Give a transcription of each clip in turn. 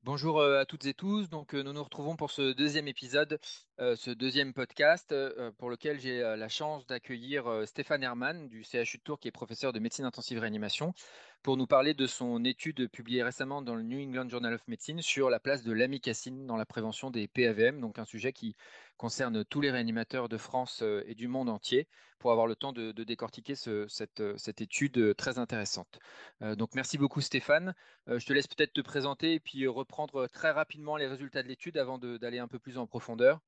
Bonjour à toutes et tous. Nous nous retrouvons pour ce deuxième épisode, ce deuxième podcast, pour lequel j'ai la chance d'accueillir Stéphane Hermann du CHU de Tours, qui est professeur de médecine intensive réanimation, pour nous parler de son étude publiée récemment dans le New England Journal of Medicine sur la place de l'amicacine dans la prévention des PAVM, donc un sujet qui concerne tous les réanimateurs de France et du monde entier, pour avoir le temps de décortiquer cette étude très intéressante. Donc merci beaucoup Stéphane. Je te laisse peut-être te présenter et puis reprendre très rapidement les résultats de l'étude avant d'aller un peu plus en profondeur.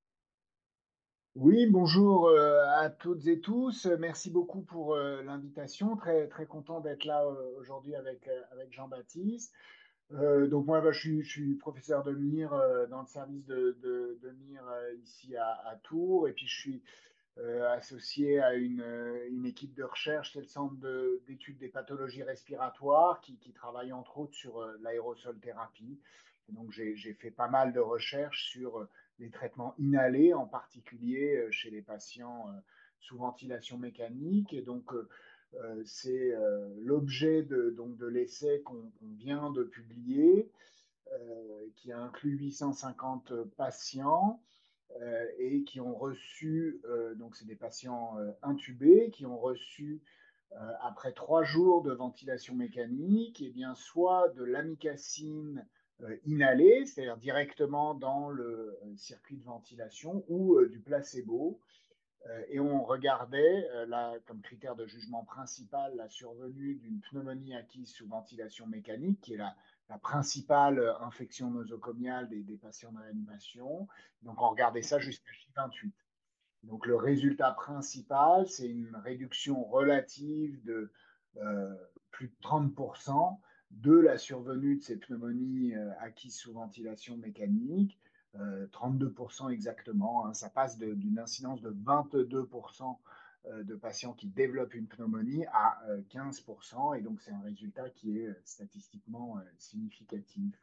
Oui, bonjour à toutes et tous. Merci beaucoup pour l'invitation. Très, très content d'être là aujourd'hui avec Jean-Baptiste. Donc moi, je suis professeur de MIR dans le service de MIR ici à Tours. Et puis je suis associé à une équipe de recherche, c'est le Centre d'études des pathologies respiratoires qui travaille entre autres sur l'aérosol thérapie. Et donc j'ai fait pas mal de recherches sur les traitements inhalés, en particulier chez les patients sous ventilation mécanique. Et donc c'est l'objet de l'essai qu'on vient de publier, qui a inclus 850 patients et qui ont reçu, donc c'est des patients intubés, qui ont reçu, après 3 jours de ventilation mécanique, et bien, soit de l'amicacine inhalée, c'est-à-dire directement dans le circuit de ventilation, ou du placebo. Et on regardait comme critère de jugement principal la survenue d'une pneumonie acquise sous ventilation mécanique, qui est la principale infection nosocomiale des patients de réanimation. Donc on regardait ça jusqu'à J28. Donc le résultat principal, c'est une réduction relative de euh, plus de 30% de la survenue de ces pneumonies acquises sous ventilation mécanique, 32% exactement, hein. Ça passe d'une incidence de 22% de patients qui développent une pneumonie à 15%, et donc c'est un résultat qui est statistiquement significatif.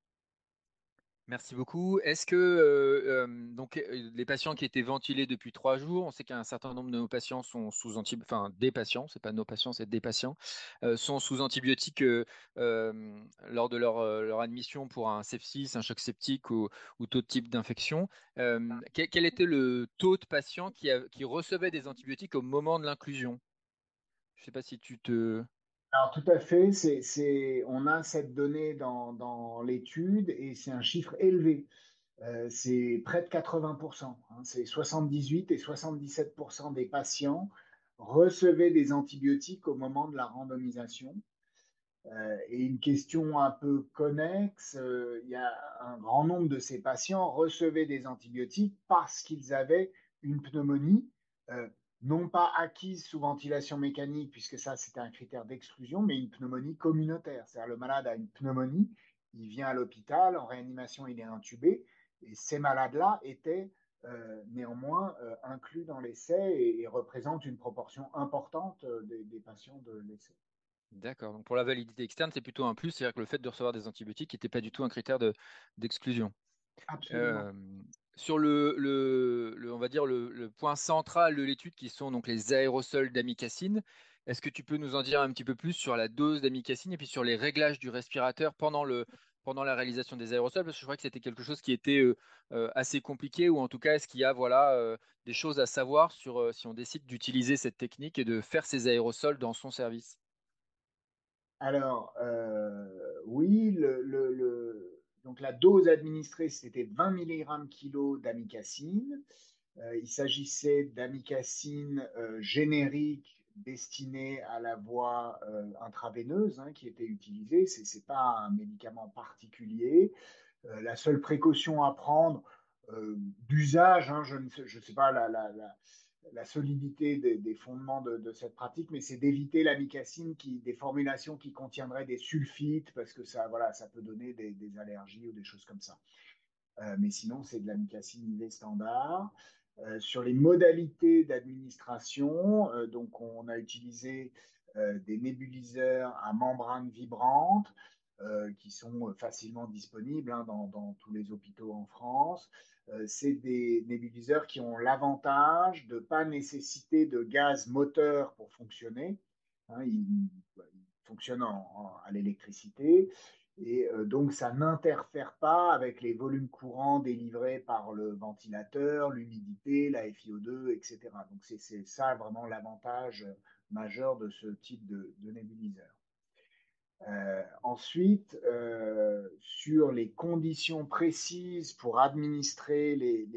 Merci beaucoup. Est-ce que les patients qui étaient ventilés depuis 3 jours, on sait qu'un certain nombre de nos patients sont sous antibiotiques, enfin des patients, c'est pas nos patients, c'est des patients, sont sous antibiotiques lors de leur admission pour un sepsis, un choc septique ou tout type d'infection. Quel était le taux de patients qui recevaient des antibiotiques au moment de l'inclusion? Je ne sais pas si tu te... Alors, tout à fait, on a cette donnée dans l'étude et c'est un chiffre élevé. C'est près de 80%, hein. C'est 78 et 77% des patients recevaient des antibiotiques au moment de la randomisation. Et une question un peu connexe, il y a un grand nombre de ces patients recevaient des antibiotiques parce qu'ils avaient une pneumonie, euh, non pas acquise sous ventilation mécanique, puisque ça c'était un critère d'exclusion, mais une pneumonie communautaire. C'est-à-dire le malade a une pneumonie, il vient à l'hôpital, en réanimation il est intubé, et ces malades-là étaient néanmoins inclus dans l'essai et représentent une proportion importante des patients de l'essai. D'accord. Donc pour la validité externe, c'est plutôt un plus, c'est-à-dire que le fait de recevoir des antibiotiques n'était pas du tout un critère d'exclusion. Absolument. Euh, Sur on va dire le point central de l'étude, qui sont donc les aérosols d'amicacine, est-ce que tu peux nous en dire un petit peu plus sur la dose d'amicacine et puis sur les réglages du respirateur pendant la réalisation des aérosols? Parce que je crois que c'était quelque chose qui était assez compliqué, ou en tout cas, est-ce qu'il y a voilà, des choses à savoir sur si on décide d'utiliser cette technique et de faire ces aérosols dans son service? Alors, oui, donc la dose administrée, c'était 20 mg kilo d'amicacine. Il s'agissait d'amicacine générique destinée à la voie intraveineuse, hein, qui était utilisée. Ce n'est pas un médicament particulier. La seule précaution à prendre d'usage, hein, je ne sais pas la solidité des fondements de cette pratique, mais c'est d'éviter l'amicacine, des formulations qui contiendraient des sulfites, parce que ça, voilà, ça peut donner des allergies ou des choses comme ça. Mais sinon, c'est de l'amicacine IV standard. Sur les modalités d'administration, donc on a utilisé des nébuliseurs à membrane vibrante qui sont facilement disponibles, hein, dans tous les hôpitaux en France. C'est des nébuliseurs qui ont l'avantage de ne pas nécessiter de gaz moteur pour fonctionner, hein. Ils fonctionnent à l'électricité Et donc, ça n'interfère pas avec les volumes courants délivrés par le ventilateur, l'humidité, la FiO2, etc. Donc, c'est ça vraiment l'avantage majeur de ce type de nébuliseur. Ensuite, sur les conditions précises pour administrer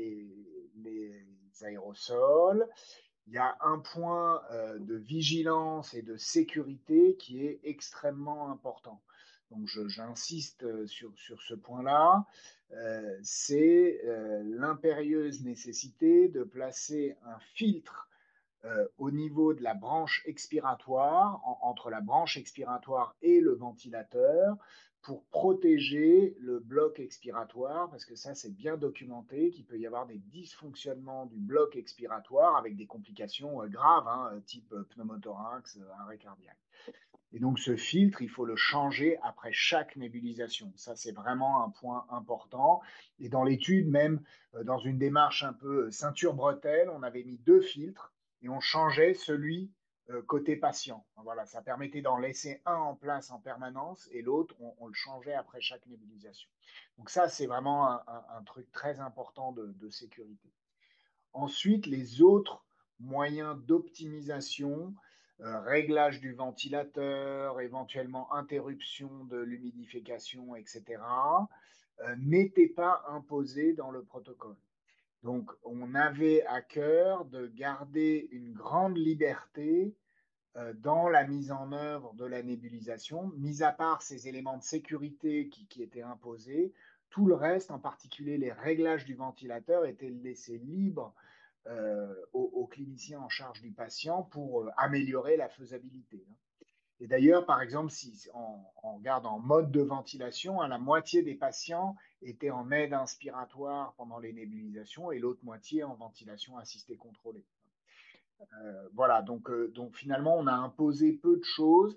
les aérosols, il y a un point de vigilance et de sécurité qui est extrêmement important. Donc, j'insiste sur ce point-là. C'est l'impérieuse nécessité de placer un filtre au niveau de la branche expiratoire, entre la branche expiratoire et le ventilateur, pour protéger le bloc expiratoire, parce que ça, c'est bien documenté, qu'il peut y avoir des dysfonctionnements du bloc expiratoire avec des complications graves, hein, type pneumothorax, arrêt cardiaque. Et donc, ce filtre, il faut le changer après chaque nébulisation. Ça, c'est vraiment un point important. Et dans l'étude, même dans une démarche un peu ceinture-bretelle, on avait mis 2 filtres et on changeait celui côté patient. Voilà, ça permettait d'en laisser un en place en permanence et l'autre, on le changeait après chaque nébulisation. Donc ça, c'est vraiment un truc très important de sécurité. Ensuite, les autres moyens d'optimisation, réglage du ventilateur, éventuellement interruption de l'humidification, etc., n'étaient pas imposés dans le protocole. Donc, on avait à cœur de garder une grande liberté dans la mise en œuvre de la nébulisation, mis à part ces éléments de sécurité qui étaient imposés. Tout le reste, en particulier les réglages du ventilateur, étaient laissés libres aux cliniciens en charge du patient pour améliorer la faisabilité. Et d'ailleurs, par exemple, si on regarde en mode de ventilation, la moitié des patients étaient en aide inspiratoire pendant les nébulisations et l'autre moitié en ventilation assistée contrôlée. Voilà, donc finalement, on a imposé peu de choses.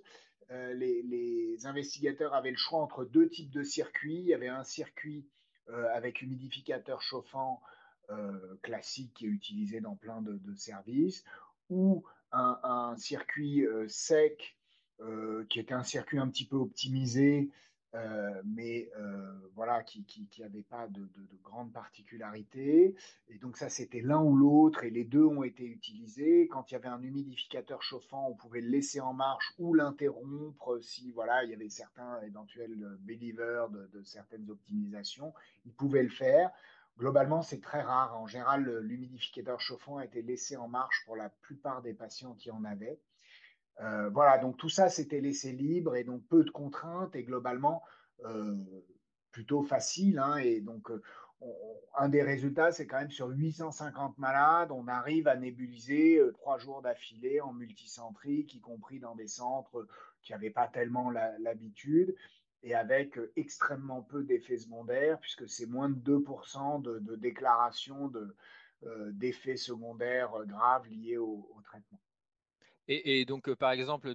Les investigateurs avaient le choix entre 2 types de circuits. Il y avait un circuit avec humidificateur chauffant classique qui est utilisé dans plein de services, ou un circuit sec qui était un circuit un petit peu optimisé, mais voilà, qui n'avait pas de grandes particularités. Et donc ça, c'était l'un ou l'autre, et les deux ont été utilisés. Quand il y avait un humidificateur chauffant, on pouvait le laisser en marche ou l'interrompre si voilà, il y avait certains éventuels believers de certaines optimisations. Ils pouvaient le faire. Globalement, c'est très rare. En général, l'humidificateur chauffant a été laissé en marche pour la plupart des patients qui en avaient. Voilà, donc tout ça, c'était laissé libre et donc peu de contraintes et globalement euh, plutôt facile, hein. Et donc, un des résultats, c'est quand même sur 850 malades, on arrive à nébuliser 3 jours d'affilée en multicentrique, y compris dans des centres qui n'avaient pas tellement l'habitude et avec extrêmement peu d'effets secondaires, puisque c'est moins de 2% de déclaration d'effets secondaires graves liés au traitement. Et donc, par exemple,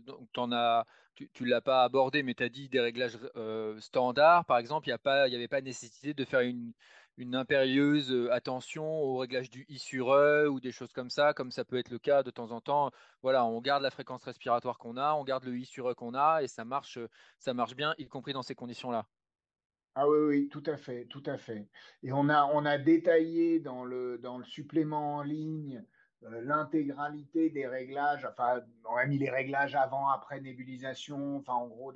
tu l'as pas abordé, mais tu as dit des réglages standards. Par exemple, il n'y avait pas nécessité de faire une impérieuse attention au réglage du I sur E ou des choses comme ça peut être le cas de temps en temps. Voilà, on garde la fréquence respiratoire qu'on a, on garde le I sur E qu'on a, et ça marche bien, y compris dans ces conditions-là. Ah oui, oui, tout à fait, tout à fait. Et on a détaillé dans le supplément en ligne l'intégralité des réglages. Enfin, on a mis les réglages avant, après nébulisation. Enfin, en gros,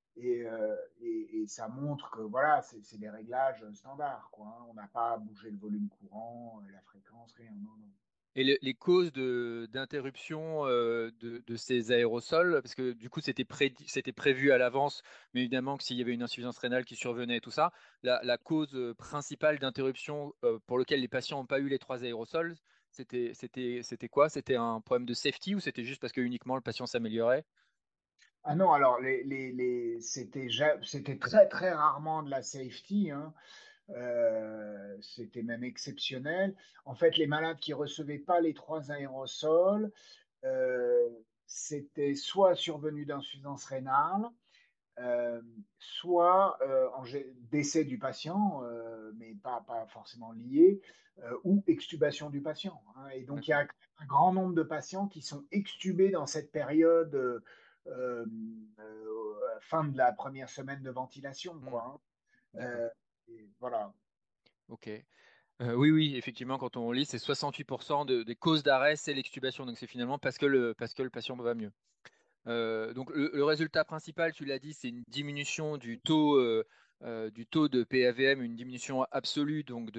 et ça montre que voilà, c'est des réglages standards, quoi, hein. On n'a pas bougé le volume courant, la fréquence, rien. Non, non. Et les causes d'interruption de ces aérosols, parce que du coup c'était prévu à l'avance, mais évidemment que s'il y avait une insuffisance rénale qui survenait et tout ça, la cause principale d'interruption pour laquelle les patients n'ont pas eu les 3 aérosols, c'était quoi? C'était un problème de safety ou c'était juste parce que uniquement le patient s'améliorait? Ah non, alors c'était très très rarement de la safety, hein. C'était même exceptionnel. En fait, les malades qui recevaient pas les 3 aérosols, euh, c'était soit survenu d'insuffisance rénale, euh, soit décès du patient, mais pas forcément lié, ou extubation du patient, hein. Et donc, il y a D'accord. un grand nombre de patients qui sont extubés dans cette période fin de la première semaine de ventilation, Hmm, quoi. Hein. d'accord. Et voilà. Ok. Oui, oui, effectivement, quand on lit, c'est 68% des causes d'arrêt, c'est l'extubation. Donc c'est finalement parce que le patient va mieux. Donc le résultat principal, tu l'as dit, c'est une diminution du taux de PAVM, une diminution absolue donc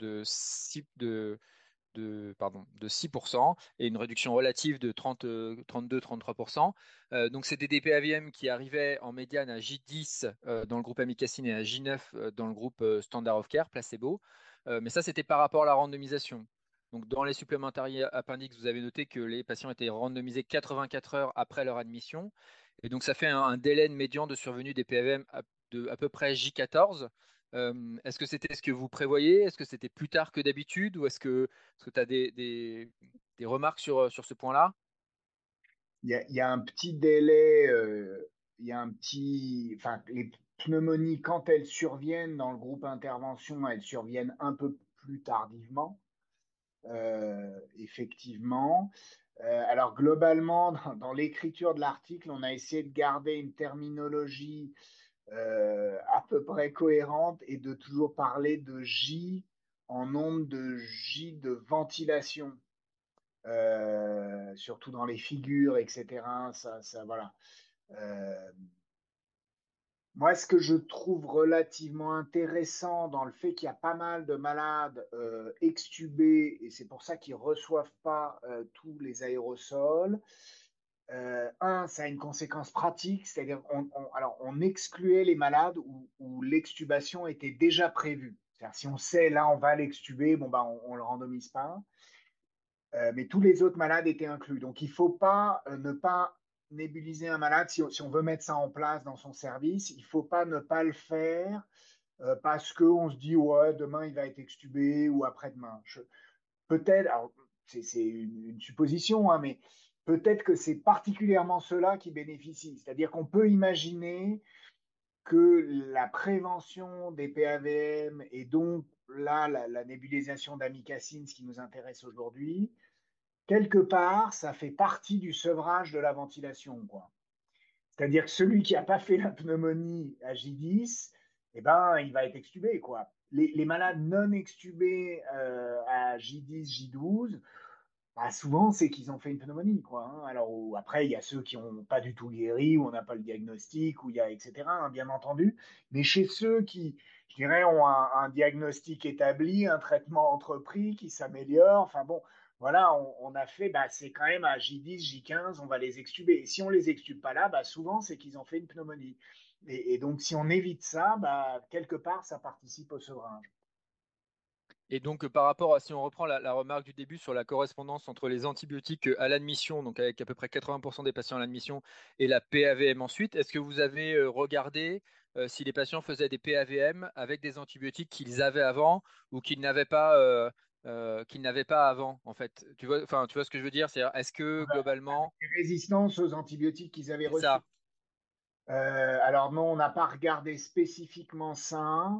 de 6% et une réduction relative de 32-33%. Donc c'était des PAVM qui arrivaient en médiane à J10 dans le groupe amicacine et à J9 dans le groupe Standard of Care, placebo. Mais ça, c'était par rapport à la randomisation. Donc dans les supplémentaires appendix, vous avez noté que les patients étaient randomisés 84 heures après leur admission. Et donc ça fait un délai médian de survenue des PAVM de à peu près J14. Est-ce que c'était ce que vous prévoyez? Est-ce que c'était plus tard que d'habitude? Ou est-ce que tu as des remarques sur ce point-là? Il y a un petit délai, il y a un enfin, les pneumonies, quand elles surviennent dans le groupe intervention, elles surviennent un peu plus tardivement, effectivement. Alors globalement, dans l'écriture de l'article, on a essayé de garder une terminologie à peu près cohérente et de toujours parler de J en nombre de J de ventilation, surtout dans les figures, etc. Voilà. Euh, Moi, ce que je trouve relativement intéressant dans le fait qu'il y a pas mal de malades extubés, et c'est pour ça qu'ils ne reçoivent pas tous les aérosols, ça a une conséquence pratique, c'est-à-dire alors on excluait les malades où l'extubation était déjà prévue. C'est-à-dire si on sait là on va l'extuber, bon, bah, on ne le randomise pas. Mais tous les autres malades étaient inclus. Donc, il ne faut pas ne pas nébuliser un malade si on veut mettre ça en place dans son service. Il ne faut pas ne pas le faire parce qu'on se dit, ouais, demain, il va être extubé ou après-demain. Peut-être, alors, c'est une supposition, hein, mais peut-être que c'est particulièrement ceux-là qui bénéficient. C'est-à-dire qu'on peut imaginer que la prévention des PAVM et donc là, la nébulisation d'amicacine, ce qui nous intéresse aujourd'hui, quelque part, ça fait partie du sevrage de la ventilation, quoi. C'est-à-dire que celui qui n'a pas fait la pneumonie à J10, eh ben, il va être extubé, quoi. Les malades non extubés à J10, J12, bah, souvent, c'est qu'ils ont fait une pneumonie, quoi. Hein. Alors, après, il y a ceux qui n'ont pas du tout guéri, où on n'a pas le diagnostic, où il y a, etc., hein, bien entendu. Mais chez ceux qui, je dirais, ont un diagnostic établi, un traitement entrepris, qui s'améliore, enfin bon, voilà, on a fait, bah, c'est quand même à J10, J15, on va les extuber. Et si on les extube pas là, bah, souvent, c'est qu'ils ont fait une pneumonie. Et donc, si on évite ça, bah, quelque part, ça participe au sevrage. Et donc, par rapport à, si on reprend la remarque du début sur la correspondance entre les antibiotiques à l'admission, donc avec à peu près 80% des patients à l'admission, et la PAVM ensuite, est-ce que vous avez regardé si les patients faisaient des PAVM avec des antibiotiques qu'ils avaient avant ou qu'ils n'avaient pas avant, en fait? Tu vois ce que je veux dire? C'est est-ce que globalement, Résistance aux antibiotiques qu'ils avaient c'est reçus. ça? Alors non, on n'a pas regardé spécifiquement ça.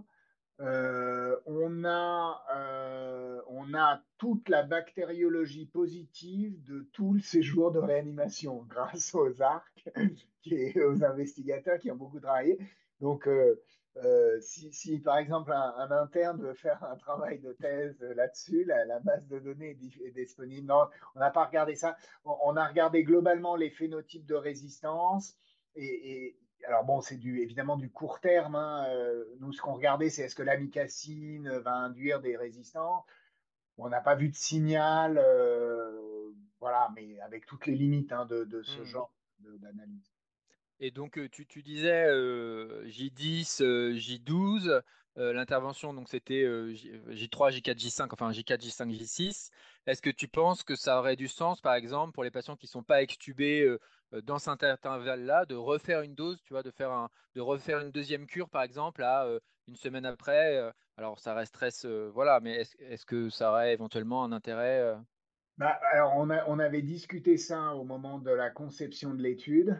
On a toute la bactériologie positive de tout le séjour de réanimation grâce aux ARC et aux investigateurs qui ont beaucoup travaillé. Donc, si, par exemple un interne veut faire un travail de thèse là-dessus, la base de données est disponible. Non, on n'a pas regardé ça. On a regardé globalement les phénotypes de résistance et alors bon, c'est évidemment du court terme. Hein. Nous, ce qu'on regardait, c'est est-ce que l'amicacine va induire des résistants. On n'a pas vu de signal, voilà, mais avec toutes les limites hein, de ce Hmm. genre d'analyse. Et donc, tu disais J10, J12, l'intervention, donc c'était J3, J4, J5, enfin J4, J5, J6. Est-ce que tu penses que ça aurait du sens, par exemple, pour les patients qui ne sont pas extubés dans cet intervalle-là, de refaire une dose, tu vois, de refaire une deuxième cure, par exemple, une semaine après alors, ça resterait voilà, mais est-ce que ça aurait éventuellement un intérêt Bah, alors, on avait discuté ça au moment de la conception de l'étude.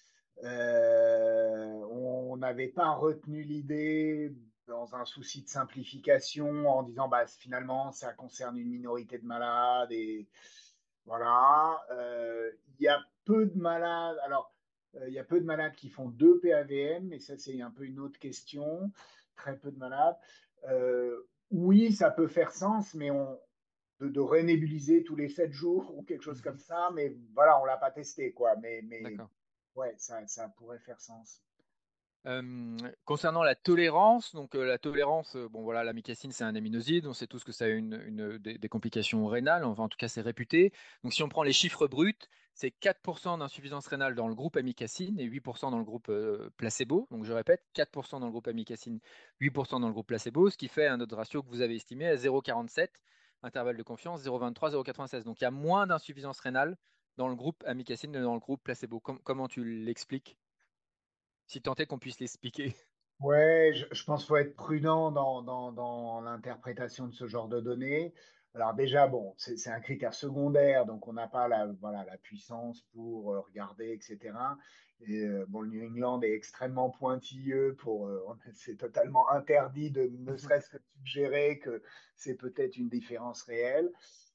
On n'avait pas retenu l'idée dans un souci de simplification en disant bah, finalement ça concerne une minorité de malades et voilà. Il y a peu de malades. Alors, Il y a peu de malades qui font 2 PAVM, mais ça, c'est un peu une autre question. Très peu de malades. Oui, ça peut faire sens, mais de renébuliser tous les 7 jours ou quelque chose comme ça, mais voilà, on ne l'a pas testé, quoi. Mais D'accord. ouais, ça pourrait faire sens. Concernant la tolérance, donc la tolérance, bon voilà, l'amicacine c'est un aminoside, on sait tous que ça a des complications rénales, enfin en tout cas c'est réputé. Donc si on prend les chiffres bruts, c'est 4% d'insuffisance rénale dans le groupe amicacine et 8% dans le groupe placebo. Donc je répète, 4% dans le groupe amicacine, 8% dans le groupe placebo, ce qui fait un autre ratio que vous avez estimé à 0,47, intervalle de confiance 0,23, 0,96. Donc il y a moins d'insuffisance rénale dans le groupe amicacine que dans le groupe placebo. Comment tu l'expliques? Si tant est qu'on puisse l'expliquer. Ouais, je pense qu'il faut être prudent dans l'interprétation de ce genre de données. Alors déjà, bon, c'est un critère secondaire, donc on n'a pas voilà, la puissance pour regarder, etc. Et bon, le New England est extrêmement pointilleux c'est totalement interdit de ne serait-ce que suggérer que c'est peut-être une différence réelle.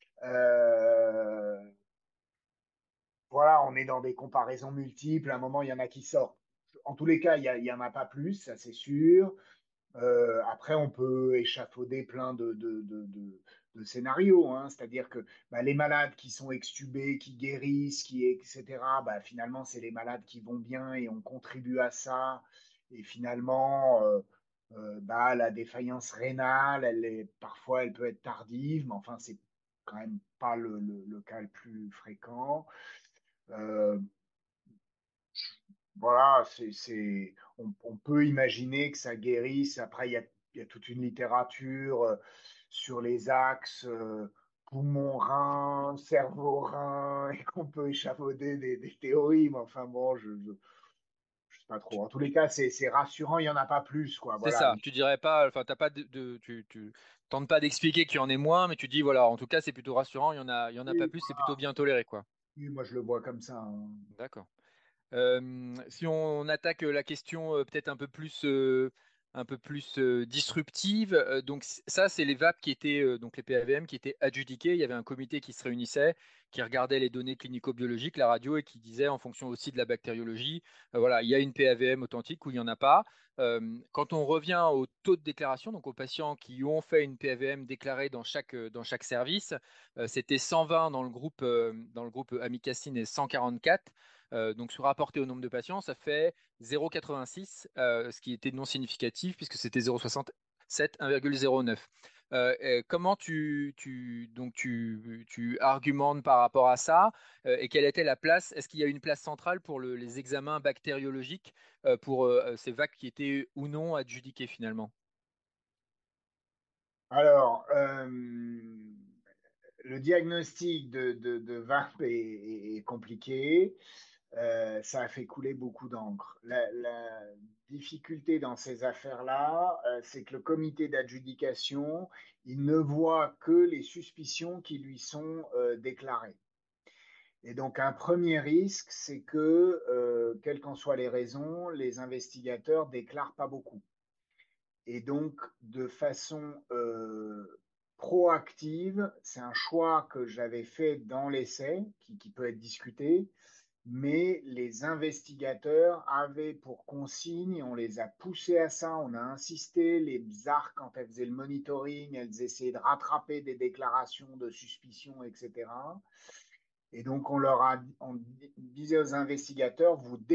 Euh, voilà, on est dans des comparaisons multiples. À un moment, il y en a qui sortent. En tous les cas, il y en a pas plus, ça c'est sûr. Après, on peut échafauder plein de scénarios, hein. C'est-à-dire que bah, les malades qui sont extubés, qui guérissent, etc., bah, finalement, c'est les malades qui vont bien et on contribue à ça. Et finalement, bah, la défaillance rénale, parfois, elle peut être tardive, mais enfin, c'est quand même pas le cas le plus fréquent. Euh, voilà, on peut imaginer que ça guérisse. Après, il y a toute une littérature sur les axes poumon-rein, cerveau-rein, et qu'on peut échafauder des théories. Mais enfin bon, je sais pas trop. En tous les cas, c'est rassurant, il n'y en a pas plus, quoi. C'est Voilà. ça. Tu dirais pas, enfin, t'as pas tu tentes pas d'expliquer qu'il y en ait moins, mais tu dis voilà, en tout cas, c'est plutôt rassurant. Il y en a pas Oui, plus, c'est plutôt bien toléré, quoi. oui, moi, je le vois comme ça, hein. D'accord. Si on attaque la question peut-être un peu plus disruptive, donc ça, c'est les VAP qui étaient, donc les PAVM qui étaient adjudiqués. Il y avait un comité qui se réunissait, qui regardait les données clinico-biologiques, la radio, et qui disait en fonction aussi de la bactériologie, voilà, il y a une PAVM authentique ou il n'y en a pas. Quand on revient au taux de déclaration, donc aux patients qui ont fait une PAVM déclarée dans chaque service, c'était 120 dans le groupe amicacine et 144. Donc, sur rapporté au nombre de patients, ça fait 0,86, ce qui était non significatif puisque c'était 0,67, 1,09. Comment tu argumentes par rapport à ça et quelle était la place? Est-ce qu'il y a une place centrale pour les examens bactériologiques pour ces vagues qui étaient ou non adjudiquées finalement? Alors, le diagnostic de VAP est compliqué. Ça a fait couler beaucoup d'encre. La difficulté dans ces affaires-là, c'est que le comité d'adjudication, il ne voit que les suspicions qui lui sont déclarées. Et donc, un premier risque, c'est que, quelles qu'en soient les raisons, les investigateurs déclarent pas beaucoup. Et donc, de façon proactive, c'est un choix que j'avais fait dans l'essai, qui peut être discuté, mais les investigateurs avaient pour consigne, on les a poussés à ça, on a insisté, les ZAR, quand elles faisaient le monitoring, elles essayaient de rattraper des déclarations de suspicion, etc. Et donc, on disait aux investigateurs,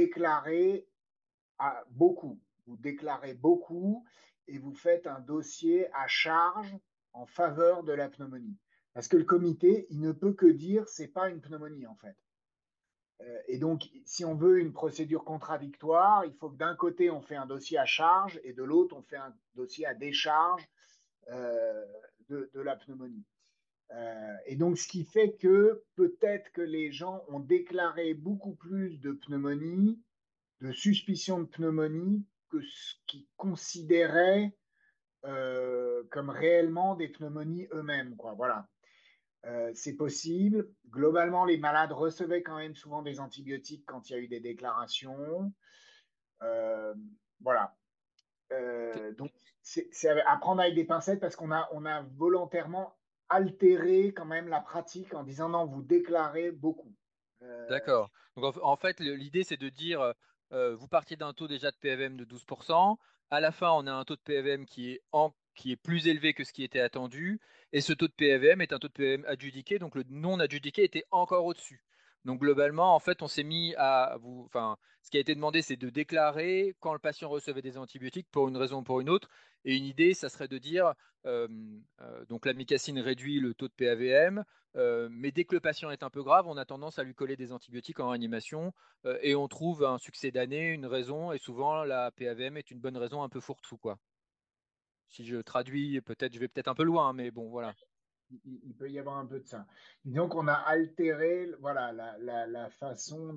vous déclarez beaucoup et vous faites un dossier à charge en faveur de la pneumonie. Parce que le comité, il ne peut que dire c'est pas une pneumonie en fait. Et donc, si on veut une procédure contradictoire, il faut que d'un côté, on fait un dossier à charge et de l'autre, on fait un dossier à décharge euh, de la pneumonie. Et donc, ce qui fait que peut-être que les gens ont déclaré beaucoup plus de pneumonie, de suspicion de pneumonie, que ce qu'ils considéraient comme réellement des pneumonies eux-mêmes, quoi. Voilà. C'est possible. Globalement, les malades recevaient quand même souvent des antibiotiques quand il y a eu des déclarations. Euh, voilà. Donc, c'est à prendre avec des pincettes parce on a volontairement altéré quand même la pratique en disant non, vous déclarez beaucoup. D'accord. Donc en fait, l'idée, c'est de dire, vous partiez d'un taux déjà de PVM de 12%. À la fin, on a un taux de PVM qui est plus élevé que ce qui était attendu. Et ce taux de PVM est un taux de PVM adjudiqué. Donc le non adjudiqué était encore au-dessus. Donc globalement, en fait, on s'est mis à vous. Enfin, ce qui a été demandé, c'est de déclarer quand le patient recevait des antibiotiques pour une raison ou pour une autre. Et une idée, ça serait de dire, euh, donc l'amicacine réduit le taux de PAVM. Mais dès que le patient est un peu grave, on a tendance à lui coller des antibiotiques en réanimation et on trouve un succès d'année, une raison, et souvent la PAVM est une bonne raison un peu fourre-tout, quoi. Si je traduis, peut-être, je vais peut-être un peu loin, mais bon, voilà. Il peut y avoir un peu de ça. Disons qu'on a altéré voilà, la façon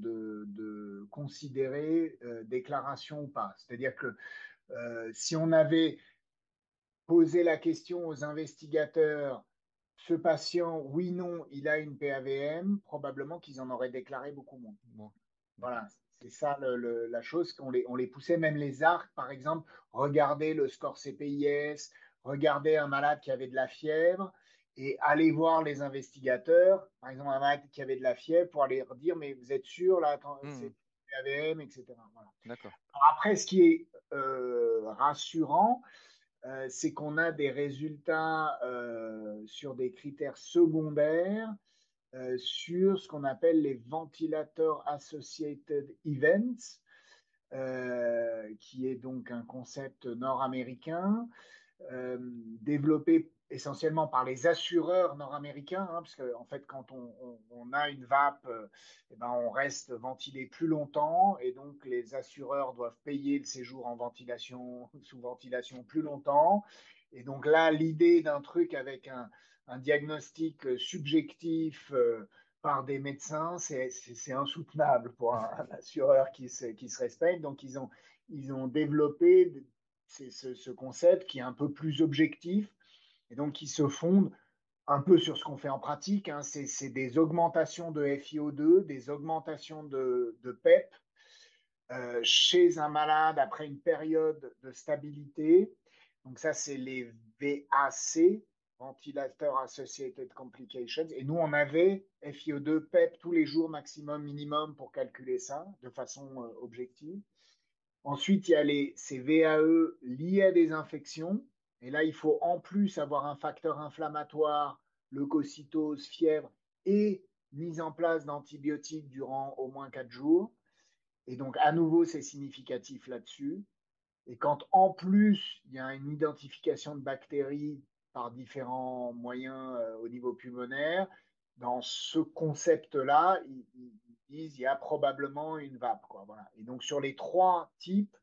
de considérer déclaration ou pas. C'est-à-dire que si on avait posé la question aux investigateurs, ce patient, oui, non, il a une PAVM, probablement qu'ils en auraient déclaré beaucoup moins. Bon, d'accord. Voilà, c'est ça la chose on les poussait, même les ARC, par exemple, regarder le score CPIS, regarder un malade qui avait de la fièvre et aller voir les investigateurs, par exemple un malade qui avait de la fièvre, pour aller leur dire, mais vous êtes sûr, là, Hmm, c'est AVM, etc. Voilà. d'accord. Alors après, ce qui est rassurant, c'est qu'on a des résultats sur des critères secondaires sur ce qu'on appelle les ventilator associated events, qui est donc un concept nord-américain développé essentiellement par les assureurs nord-américains, hein, parce qu'en en fait, quand on a une vape, eh ben, on reste ventilé plus longtemps, et donc les assureurs doivent payer le séjour en ventilation, sous ventilation plus longtemps. Et donc là, l'idée d'un truc avec un diagnostic subjectif par des médecins, c'est insoutenable pour un assureur qui se respecte. Donc ils ont développé ce concept qui est un peu plus objectif et donc qui se fonde un peu sur ce qu'on fait en pratique. Hein. C'est des augmentations de FiO2, des augmentations de PEP chez un malade après une période de stabilité. Donc ça, c'est les VAC, Ventilator Associated Complications. Et nous, on avait FiO2, PEP tous les jours, maximum, minimum, pour calculer ça de façon objective. Ensuite, il y a ces VAE liés à des infections. Et là, il faut en plus avoir un facteur inflammatoire, leucocytose, fièvre et mise en place d'antibiotiques durant au moins 4 jours. Et donc, à nouveau, c'est significatif là-dessus. Et quand en plus, il y a une identification de bactéries par différents moyens au niveau pulmonaire, dans ce concept-là, ils disent qu'il y a probablement une vape. Quoi, voilà. Et donc, sur les trois types,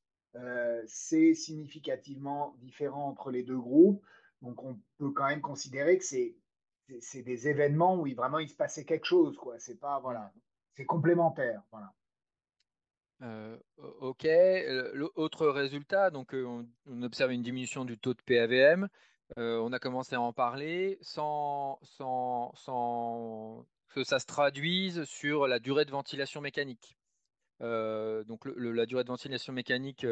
c'est significativement différent entre les deux groupes. Donc, on peut quand même considérer que c'est des événements où vraiment il se passait quelque chose. Quoi. C'est pas, Hmm. voilà, c'est complémentaire. Voilà. Ok. L'autre résultat, donc on observe une diminution du taux de PAVM. On a commencé à en parler sans que ça se traduise sur la durée de ventilation mécanique. Donc la durée de ventilation mécanique,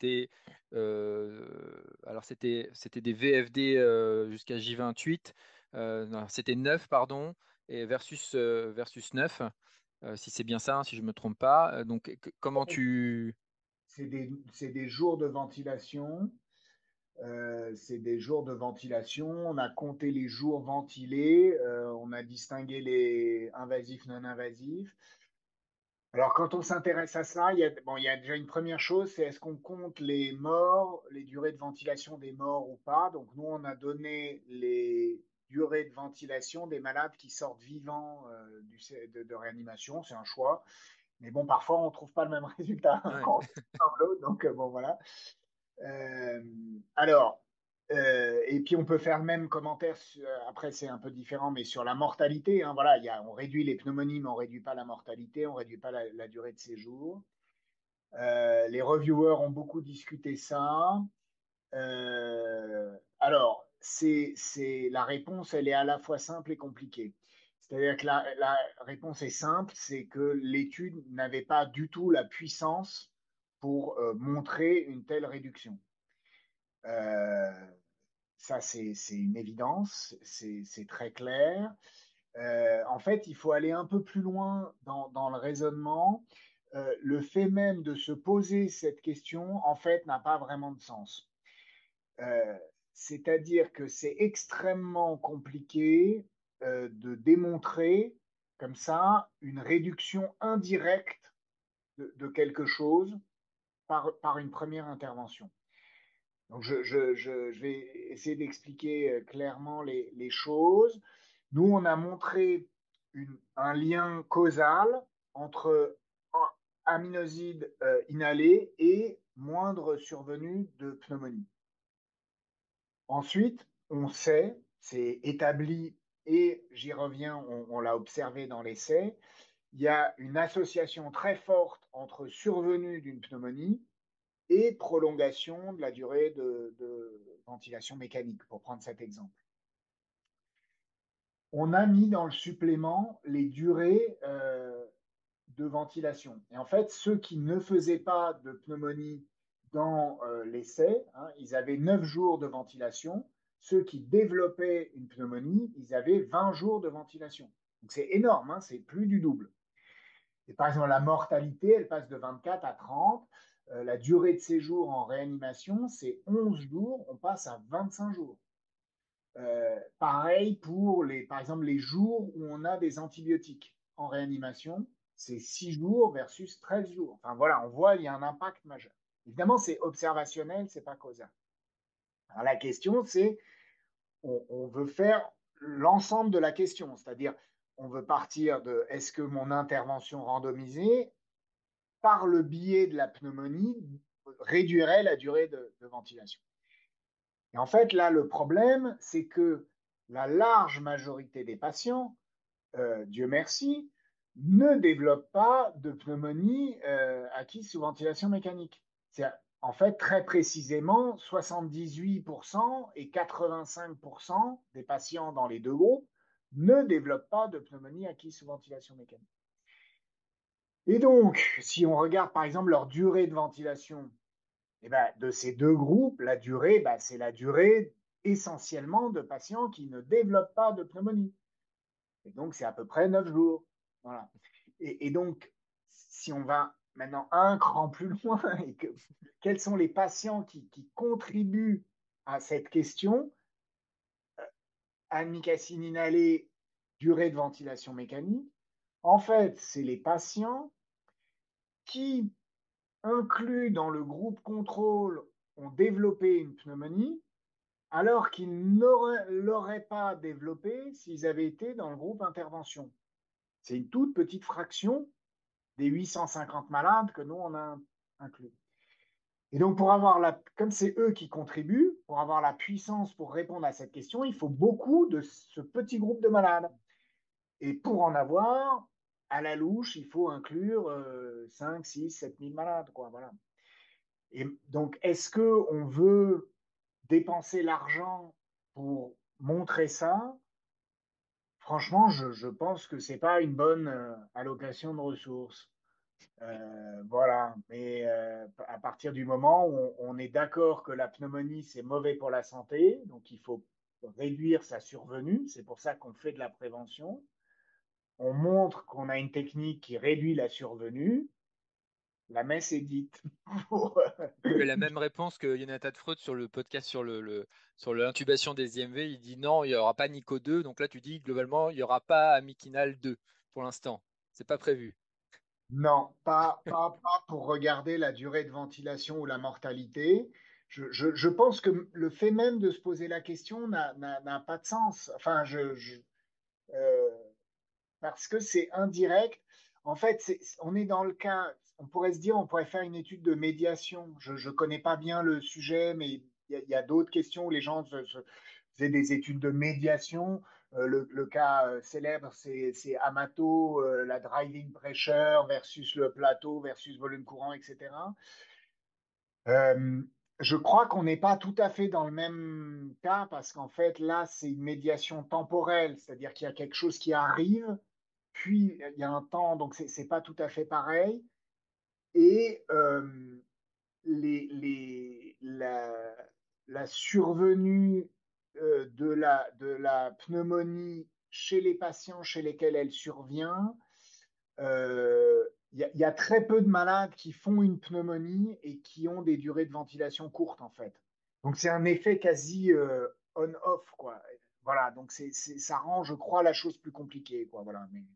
c'était des VFD jusqu'à J28. Non, c'était 9, pardon, et versus 9, si c'est bien ça, hein, si je ne me trompe pas. Donc comment tu... C'est des jours de ventilation. C'est des jours de ventilation. On a compté les jours ventilés. On a distingué les invasifs, non invasifs. Alors, quand on s'intéresse à cela, il y a déjà une première chose, c'est est-ce qu'on compte les morts, les durées de ventilation des morts ou pas. Donc, nous, on a donné les durées de ventilation des malades qui sortent vivants de réanimation. C'est un choix. Mais bon, parfois, on ne trouve pas le même résultat Ouais. quand on sort l'autre. Donc, bon, voilà. Euh, alors, et puis on peut faire le même commentaire, après c'est un peu différent, mais sur la mortalité, hein, voilà, on réduit les pneumonies, mais on ne réduit pas la mortalité, on ne réduit pas la durée de séjour. Les reviewers ont beaucoup discuté ça. La réponse, elle est à la fois simple et compliquée. C'est-à-dire que la réponse est simple, c'est que l'étude n'avait pas du tout la puissance pour montrer une telle réduction. Euh, Ça, c'est une évidence, c'est très clair. En fait, il faut aller un peu plus loin dans le raisonnement. Le fait même de se poser cette question, en fait, n'a pas vraiment de sens. Euh, C'est-à-dire que c'est extrêmement compliqué de démontrer comme ça une réduction indirecte de quelque chose par une première intervention. Donc je vais essayer d'expliquer clairement les choses. Nous, on a montré un lien causal entre aminoside inhalé et moindre survenue de pneumonie. Ensuite, on sait, c'est établi et j'y reviens, on l'a observé dans l'essai, il y a une association très forte entre survenue d'une pneumonie et prolongation de la durée de ventilation mécanique, pour prendre cet exemple. On a mis dans le supplément les durées de ventilation. Et en fait, ceux qui ne faisaient pas de pneumonie dans l'essai, ils avaient 9 jours de ventilation. Ceux qui développaient une pneumonie, ils avaient 20 jours de ventilation. Donc c'est énorme, c'est plus du double. Et par exemple, la mortalité, elle passe de 24 à 30. La durée de séjour en réanimation, c'est 11 jours, on passe à 25 jours. Pareil pour par exemple, les jours où on a des antibiotiques en réanimation, c'est 6 jours versus 13 jours. Enfin voilà, on voit, il y a un impact majeur. Évidemment, c'est observationnel, c'est pas causal. Alors, la question, c'est, on veut faire l'ensemble de la question, c'est-à-dire, on veut partir de est-ce que mon intervention randomisée, par le biais de la pneumonie, réduirait la durée de ventilation. Et en fait, là, le problème, c'est que la large majorité des patients, Dieu merci, ne développent pas de pneumonie acquise sous ventilation mécanique. C'est en fait très précisément 78% et 85% des patients dans les deux groupes ne développent pas de pneumonie acquise sous ventilation mécanique. Et donc, si on regarde par exemple leur durée de ventilation, eh ben, de ces deux groupes, la durée, c'est la durée essentiellement de patients qui ne développent pas de pneumonie. Et donc, c'est à peu près 9 jours. Voilà. Et donc, si on va maintenant un cran plus loin, quels sont les patients qui contribuent à cette question, amikacine inhalée, durée de ventilation mécanique, en fait, c'est les patients qui, inclus dans le groupe contrôle, ont développé une pneumonie, alors qu'ils n'auraient l'auraient pas développé s'ils avaient été dans le groupe intervention. C'est une toute petite fraction des 850 malades que nous, on a inclus. Et donc, comme c'est eux qui contribuent, pour avoir la puissance pour répondre à cette question, il faut beaucoup de ce petit groupe de malades. Et pour en avoir, à la louche, il faut inclure 5, 6, 7 000 malades. Quoi, voilà. Et donc, est-ce qu'on veut dépenser l'argent pour montrer ça? Franchement, je pense que ce n'est pas une bonne allocation de ressources. Voilà, mais à partir du moment où on est d'accord que la pneumonie, c'est mauvais pour la santé, donc il faut réduire sa survenue, c'est pour ça qu'on fait de la prévention. On montre qu'on a une technique qui réduit la survenue, la messe est dite. Tu as la même réponse que Jonathan Freud sur le podcast sur l'intubation des IMV. Il dit non, il n'y aura pas Nico 2. Donc là, tu dis globalement, il n'y aura pas Amikinal 2 pour l'instant. C'est pas prévu. Non, pas pour regarder la durée de ventilation ou la mortalité. Je pense que le fait même de se poser la question n'a pas de sens. Enfin, euh, parce que c'est indirect. En fait, on est dans le cas, on pourrait se dire, on pourrait faire une étude de médiation. Je ne connais pas bien le sujet, mais il y a d'autres questions où les gens faisaient des études de médiation. Le cas célèbre, c'est Amato, la driving pressure versus le plateau versus volume courant, etc. Euh, je crois qu'on n'est pas tout à fait dans le même cas parce qu'en fait, là, c'est une médiation temporelle, c'est-à-dire qu'il y a quelque chose qui arrive, puis il y a un temps, donc c'est pas tout à fait pareil. Et la survenue de la pneumonie chez les patients chez lesquels elle survient, y a très peu de malades qui font une pneumonie et qui ont des durées de ventilation courtes, en fait. Donc, c'est un effet quasi on-off, quoi. Voilà, donc ça rend, je crois, la chose plus compliquée, quoi. Voilà, mais...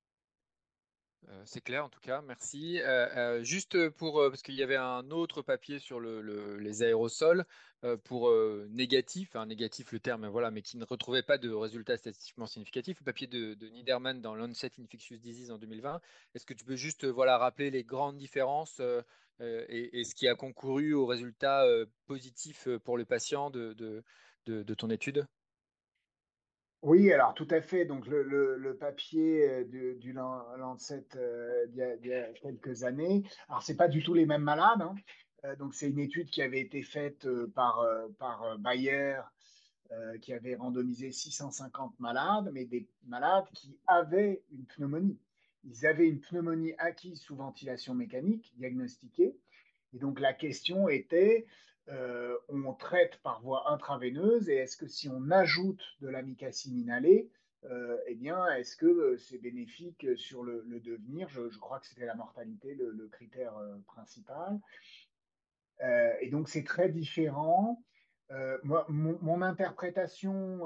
C'est clair en tout cas, merci. Juste pour, parce qu'il y avait un autre papier sur les aérosols pour négatif, hein, négatif le terme, voilà, mais qui ne retrouvait pas de résultats statistiquement significatifs. Le papier de Niederman dans Lancet Infectious Disease en 2020. Est-ce que tu peux juste voilà, rappeler les grandes différences et ce qui a concouru aux résultats positifs pour le patient de ton étude? Oui, alors tout à fait. Donc le papier du Lancet il y a quelques années. Alors c'est pas du tout les mêmes malades, hein. Donc c'est une étude qui avait été faite par Bayer, qui avait randomisé 650 malades, mais des malades qui avaient une pneumonie. Ils avaient une pneumonie acquise sous ventilation mécanique, diagnostiquée. Et donc la question était, on traite par voie intraveineuse et est-ce que si on ajoute de l'amicacine inhalée, eh bien, est-ce que c'est bénéfique sur le devenir? Je crois que c'était la mortalité, le critère principal. Et donc c'est très différent. Moi, mon interprétation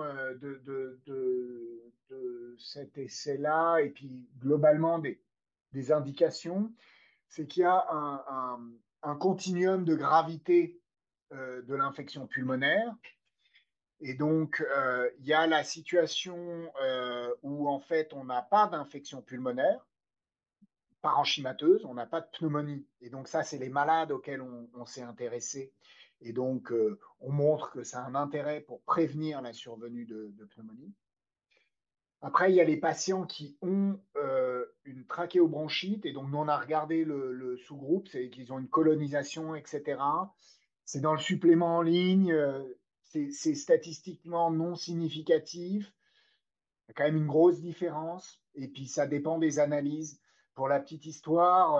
de cet essai-là, et puis globalement des indications, c'est qu'il y a un continuum de gravité de l'infection pulmonaire. Et donc, il y a la situation où, en fait, on n'a pas d'infection pulmonaire parenchymateuse, on n'a pas de pneumonie. Et donc, ça, c'est les malades auxquels on s'est intéressé. Et donc, on montre que ça a un intérêt pour prévenir la survenue de pneumonie. Après, il y a les patients qui ont une trachéobronchite, et donc nous on a regardé le sous-groupe, c'est qu'ils ont une colonisation, etc. C'est dans le supplément en ligne, c'est statistiquement non significatif. Il y a quand même une grosse différence, et puis ça dépend des analyses. Pour la petite histoire,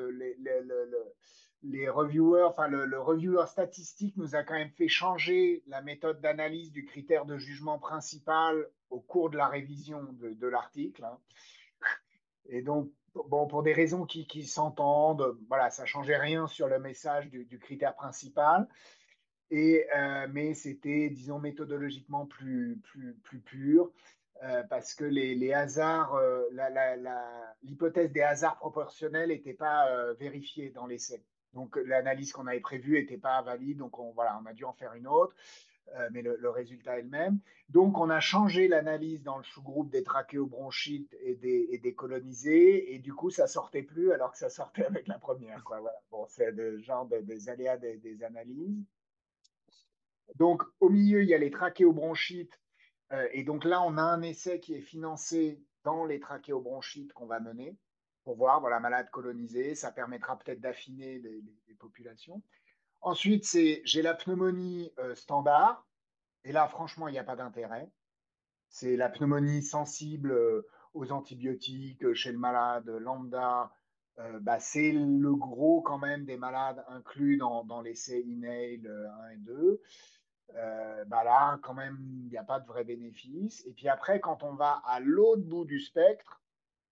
les reviewers, enfin le reviewer statistique nous a quand même fait changer la méthode d'analyse du critère de jugement principal au cours de la révision de l'article, hein. Et donc, bon, pour des raisons qui s'entendent, voilà, ça changeait rien sur le message du critère principal. Mais c'était, disons, méthodologiquement plus pur, parce que les hasards, l'hypothèse des hasards proportionnels n'était pas vérifiée dans l'essai. Donc l'analyse qu'on avait prévue n'était pas valide, donc voilà, on a dû en faire une autre, mais le résultat est le même. Donc on a changé l'analyse dans le sous-groupe des trachéobronchites et des colonisés, et du coup ça sortait plus alors que ça sortait avec la première, quoi. Voilà. Bon, c'est le genre des aléas des analyses. Donc, au milieu, il y a les trachéobronchites. Et donc là, on a un essai qui est financé dans les trachéobronchites qu'on va mener pour voir, voilà, malade colonisé. Ça permettra peut-être d'affiner les populations. Ensuite, j'ai la pneumonie standard. Et là, franchement, il n'y a pas d'intérêt. C'est la pneumonie sensible aux antibiotiques chez le malade lambda. Bah, c'est le gros quand même des malades inclus dans l'essai INAIL 1 et 2. Bah là, quand même, il n'y a pas de vrai bénéfice. Et puis après, quand on va à l'autre bout du spectre,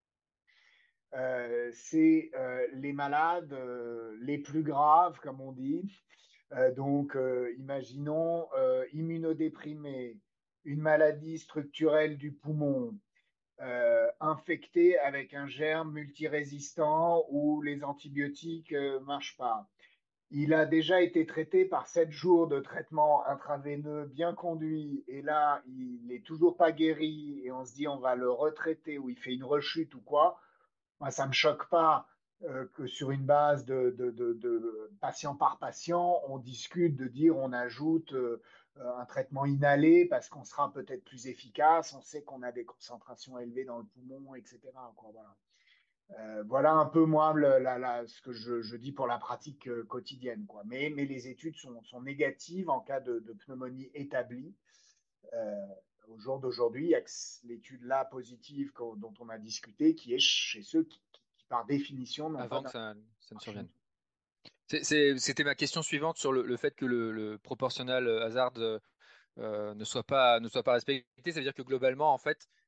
c'est les malades les plus graves, comme on dit. Donc, imaginons immunodéprimé, une maladie structurelle du poumon, infecté avec un germe multirésistant où les antibiotiques ne marchent pas. Il a déjà été traité par 7 jours de traitement intraveineux bien conduit, et là, il n'est toujours pas guéri, et on se dit on va le retraiter, ou il fait une rechute ou quoi. Moi, ça ne me choque pas que sur une base de patient par patient, on discute de dire on ajoute un traitement inhalé parce qu'on sera peut-être plus efficace, on sait qu'on a des concentrations élevées dans le poumon, etc., quoi, voilà. Voilà un peu moi ce que je dis pour la pratique quotidienne, quoi. Mais les études sont négatives en cas de pneumonie établie. Euh, Au jour d'aujourd'hui, il y a que l'étude là positive dont on a discuté qui est chez ceux qui par définition, n'ont pas Avant que ça ne d'infection. survienne. C'était ma question suivante sur le fait que le proportional hasard ne soit pas respecté. Ça veut dire que globalement, en fait,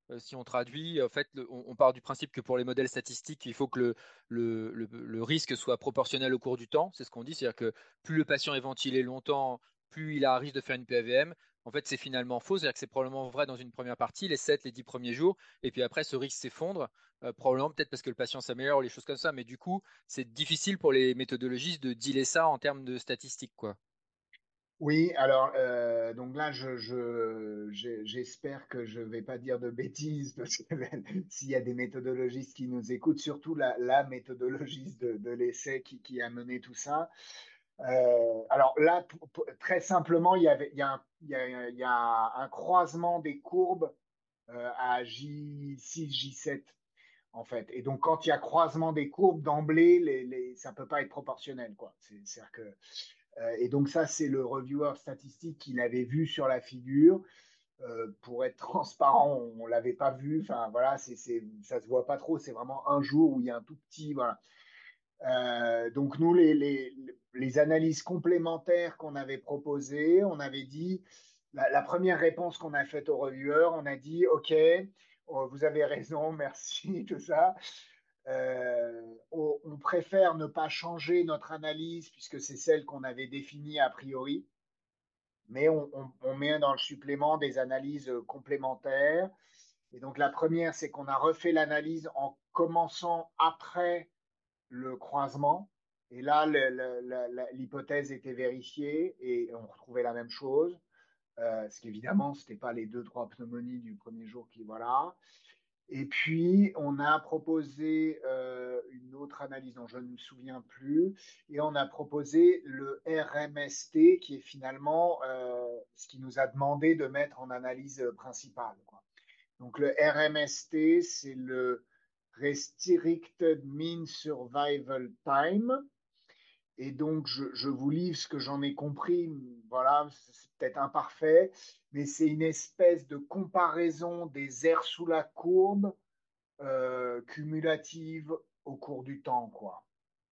si on traduit, en fait, on part du principe que pour les modèles statistiques, il faut que le risque soit proportionnel au cours du temps. C'est ce qu'on dit, c'est-à-dire que plus le patient est ventilé longtemps, plus il a un risque de faire une PAVM. En fait, c'est finalement faux, c'est-à-dire que c'est probablement vrai dans une première partie, les 7, les 10 premiers jours, et puis après, ce risque s'effondre, probablement peut-être parce que le patient s'améliore ou les choses comme ça, mais du coup, c'est difficile pour les méthodologistes de dealer ça en termes de statistiques, quoi. Oui, alors donc là, j'espère que je vais pas dire de bêtises parce que s'il y a des méthodologistes qui nous écoutent, surtout la méthodologiste de l'essai qui a mené tout ça. Alors là, très simplement, il y a il y a un croisement des courbes à J6, J7 en fait. Et donc, quand il y a croisement des courbes d'emblée, ça peut pas être proportionnel, quoi. C'est-à-dire que et donc ça, c'est le reviewer statistique qui l'avait vu sur la figure. Pour être transparent, on l'avait pas vu. Enfin voilà, ça se voit pas trop. C'est vraiment un jour où il y a un tout petit. Voilà. Donc nous, les analyses complémentaires qu'on avait proposées, on avait dit la première réponse qu'on a faite au reviewer, on a dit OK, vous avez raison, merci, tout ça. On préfère ne pas changer notre analyse puisque c'est celle qu'on avait définie a priori, mais on met dans le supplément des analyses complémentaires. Et donc la première, c'est qu'on a refait l'analyse en commençant après le croisement. Et là, l'hypothèse était vérifiée et on retrouvait la même chose. Ce qu'évidemment, ce n'était pas les deux, trois pneumonies du premier jour qui, voilà. Et puis, on a proposé une autre analyse dont je ne me souviens plus, et on a proposé le RMST, qui est finalement ce qui nous a demandé de mettre en analyse principale, quoi. Donc, le RMST, c'est le Restricted Mean Survival Time. Et donc, je vous livre ce que j'en ai compris. Voilà, c'est peut-être imparfait, mais c'est une espèce de comparaison des aires sous la courbe cumulative au cours du temps, quoi.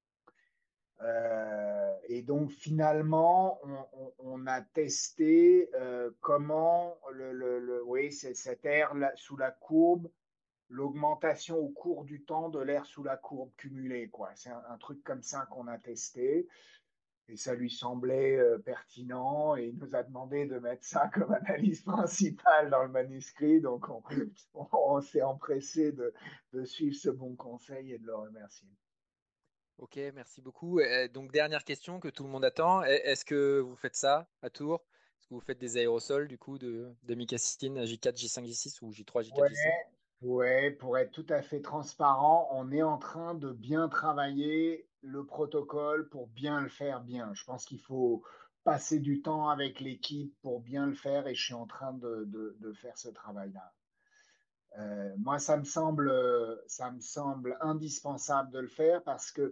Et donc finalement, on a testé comment oui, c'est cette aire sous la courbe, l'augmentation au cours du temps de l'air sous la courbe cumulée, quoi. C'est un truc comme ça qu'on a testé. Et ça lui semblait pertinent et il nous a demandé de mettre ça comme analyse principale dans le manuscrit. Donc on s'est empressé de suivre ce bon conseil et de le remercier. Ok, merci beaucoup. Donc, dernière question que tout le monde attend. Est-ce que vous faites ça à Tours? Est-ce que vous faites des aérosols du coup d'amicacitine J4, J5, J6 ou J3, J4, Ouais, J5? ouais, pour être tout à fait transparent, on est en train de bien travailler le protocole pour bien le faire bien. Je pense qu'il faut passer du temps avec l'équipe pour bien le faire et je suis en train de faire ce travail-là. Moi, ça me semble indispensable de le faire parce que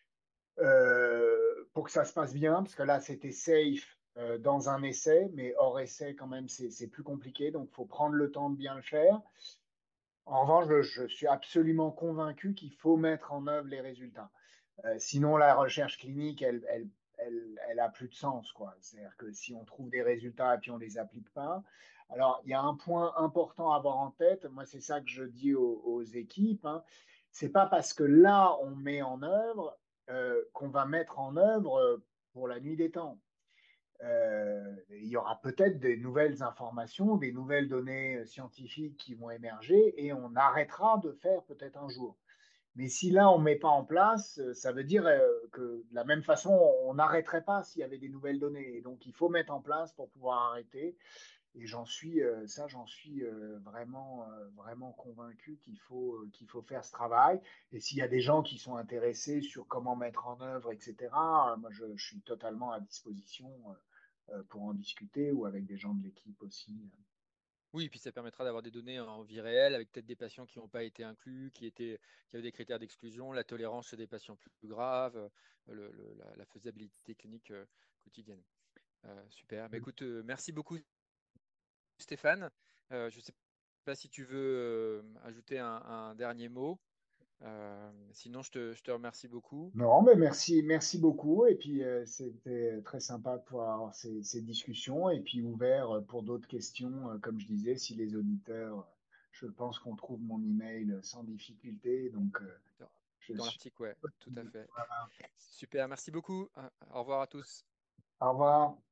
pour que ça se passe bien, parce que là, c'était safe dans un essai, mais hors essai, quand même, c'est plus compliqué. Donc, il faut prendre le temps de bien le faire. En revanche, je suis absolument convaincu qu'il faut mettre en œuvre les résultats. Sinon, la recherche clinique, elle a plus de sens, quoi. C'est-à-dire que si on trouve des résultats et puis on les applique pas. Alors, il y a un point important à avoir en tête. Moi, c'est ça que je dis aux équipes, hein. C'est pas parce que là, on met en œuvre qu'on va mettre en œuvre pour la nuit des temps. Il y aura peut-être des nouvelles informations, des nouvelles données scientifiques qui vont émerger et on arrêtera de faire peut-être un jour. Mais si là, on ne met pas en place, ça veut dire que de la même façon, on n'arrêterait pas s'il y avait des nouvelles données. Et donc, il faut mettre en place pour pouvoir arrêter. Et j'en suis vraiment convaincu qu'il faut faire ce travail. Et s'il y a des gens qui sont intéressés sur comment mettre en œuvre, etc., moi, je suis totalement à disposition pour en discuter ou avec des gens de l'équipe aussi. Oui, puis ça permettra d'avoir des données en vie réelle avec peut-être des patients qui n'ont pas été inclus, qui avaient des critères d'exclusion, la tolérance chez des patients plus graves, la faisabilité clinique quotidienne. Super. Bah, écoute, merci beaucoup Stéphane. Je ne sais pas si tu veux ajouter un dernier mot. Sinon, je te remercie beaucoup. Non, mais merci beaucoup. Et puis, c'était très sympa de pouvoir avoir ces discussions et puis ouvert pour d'autres questions, comme je disais, si les auditeurs je pense qu'on trouve mon email sans difficulté. Donc, Dans, je dans suis. l'article, ouais, tout à fait. Voilà. Super, merci beaucoup. Au revoir à tous. Au revoir.